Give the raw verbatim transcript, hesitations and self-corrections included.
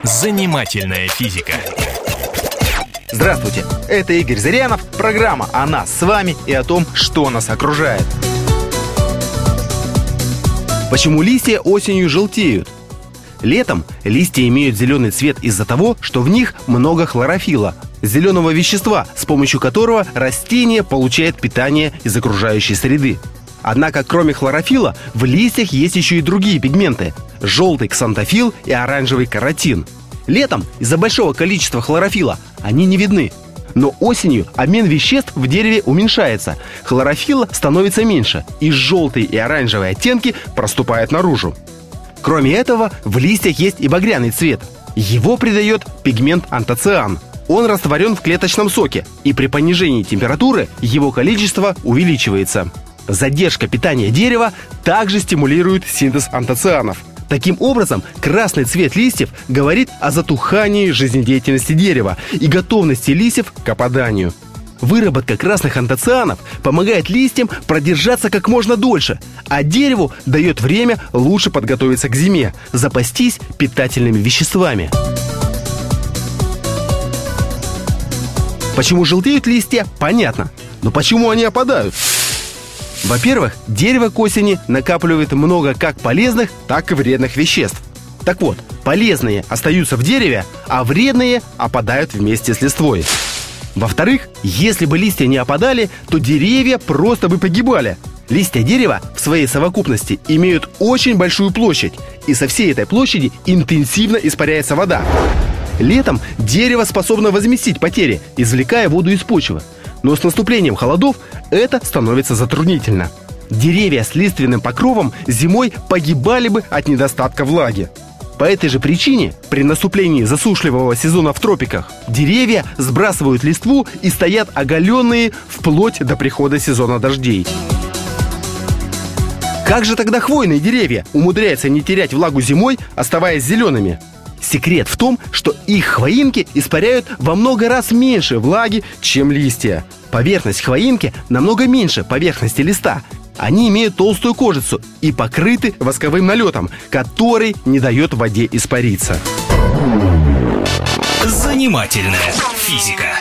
Занимательная физика. Здравствуйте, это Игорь Зырянов, программа о нас с вами и о том, что нас окружает. Почему листья осенью желтеют? Летом листья имеют зеленый цвет из-за того, что в них много хлорофилла, зеленого вещества, с помощью которого растение получает питание из окружающей среды. Однако, кроме хлорофилла, в листьях есть еще и другие пигменты – желтый ксантофилл и оранжевый каротин. Летом из-за большого количества хлорофилла они не видны. Но осенью обмен веществ в дереве уменьшается, хлорофилла становится меньше, и желтые и оранжевые оттенки проступают наружу. Кроме этого, в листьях есть и багряный цвет. Его придает пигмент антоциан. Он растворен в клеточном соке, и при понижении температуры его количество увеличивается. Задержка питания дерева также стимулирует синтез антоцианов. Таким образом, красный цвет листьев говорит о затухании жизнедеятельности дерева и готовности листьев к опаданию. Выработка красных антоцианов помогает листьям продержаться как можно дольше, а дереву дает время лучше подготовиться к зиме, запастись питательными веществами. Почему желтеют листья, понятно. Но почему они опадают? Во-первых, дерево к осени накапливает много как полезных, так и вредных веществ. Так вот, полезные остаются в дереве, а вредные опадают вместе с листвой. Во-вторых, если бы листья не опадали, то деревья просто бы погибали. Листья дерева в своей совокупности имеют очень большую площадь, и со всей этой площади интенсивно испаряется вода. Летом дерево способно возместить потери, извлекая воду из почвы. Но с наступлением холодов это становится затруднительно. Деревья с лиственным покровом зимой погибали бы от недостатка влаги. По этой же причине при наступлении засушливого сезона в тропиках деревья сбрасывают листву и стоят оголенные вплоть до прихода сезона дождей. Как же тогда хвойные деревья умудряются не терять влагу зимой, оставаясь зелеными? Секрет в том, что их хвоинки испаряют во много раз меньше влаги, чем листья. Поверхность хвоинки намного меньше поверхности листа. Они имеют толстую кожицу и покрыты восковым налетом, который не дает воде испариться. Занимательная физика.